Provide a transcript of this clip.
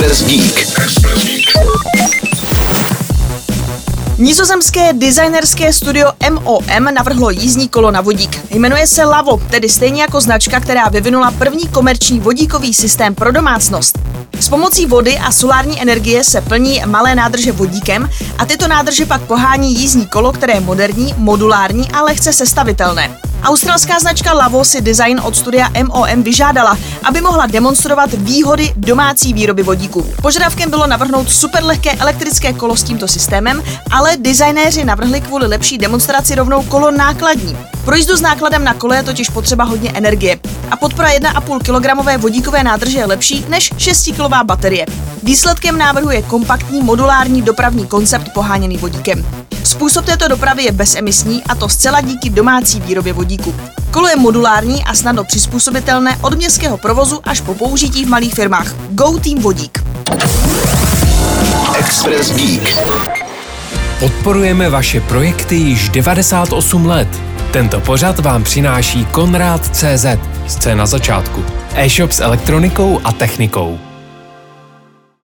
Express Geek. Nizozemské designerské studio MOM navrhlo jízdní kolo na vodík. Jmenuje se Lavo, tedy stejně jako značka, která vyvinula první komerční vodíkový systém pro domácnost. S pomocí vody a solární energie se plní malé nádrže vodíkem a tyto nádrže pak pohání jízdní kolo, které je moderní, modulární a lehce sestavitelné. Australská značka Lavo si design od studia MOM vyžádala, aby mohla demonstrovat výhody domácí výroby vodíku. Požadavkem bylo navrhnout superlehké elektrické kolo s tímto systémem, ale designéři navrhli kvůli lepší demonstraci rovnou kolo nákladní. Pro jízdu s nákladem na kole je totiž potřeba hodně energie a podpora 1,5 kg vodíkové nádrže je lepší než 6kg baterie. Výsledkem návrhu je kompaktní modulární dopravní koncept poháněný vodíkem. Způsob této dopravy je bezemisní a to zcela díky domácí výrobě vodíku. Kolo je modulární a snadno přizpůsobitelné od městského provozu až po použití v malých firmách. Go Team Vodík! Express Geek. Podporujeme vaše projekty již 98 let. Tento pořad vám přináší Konrad.cz. Scéna začátku. E-shop s elektronikou a technikou.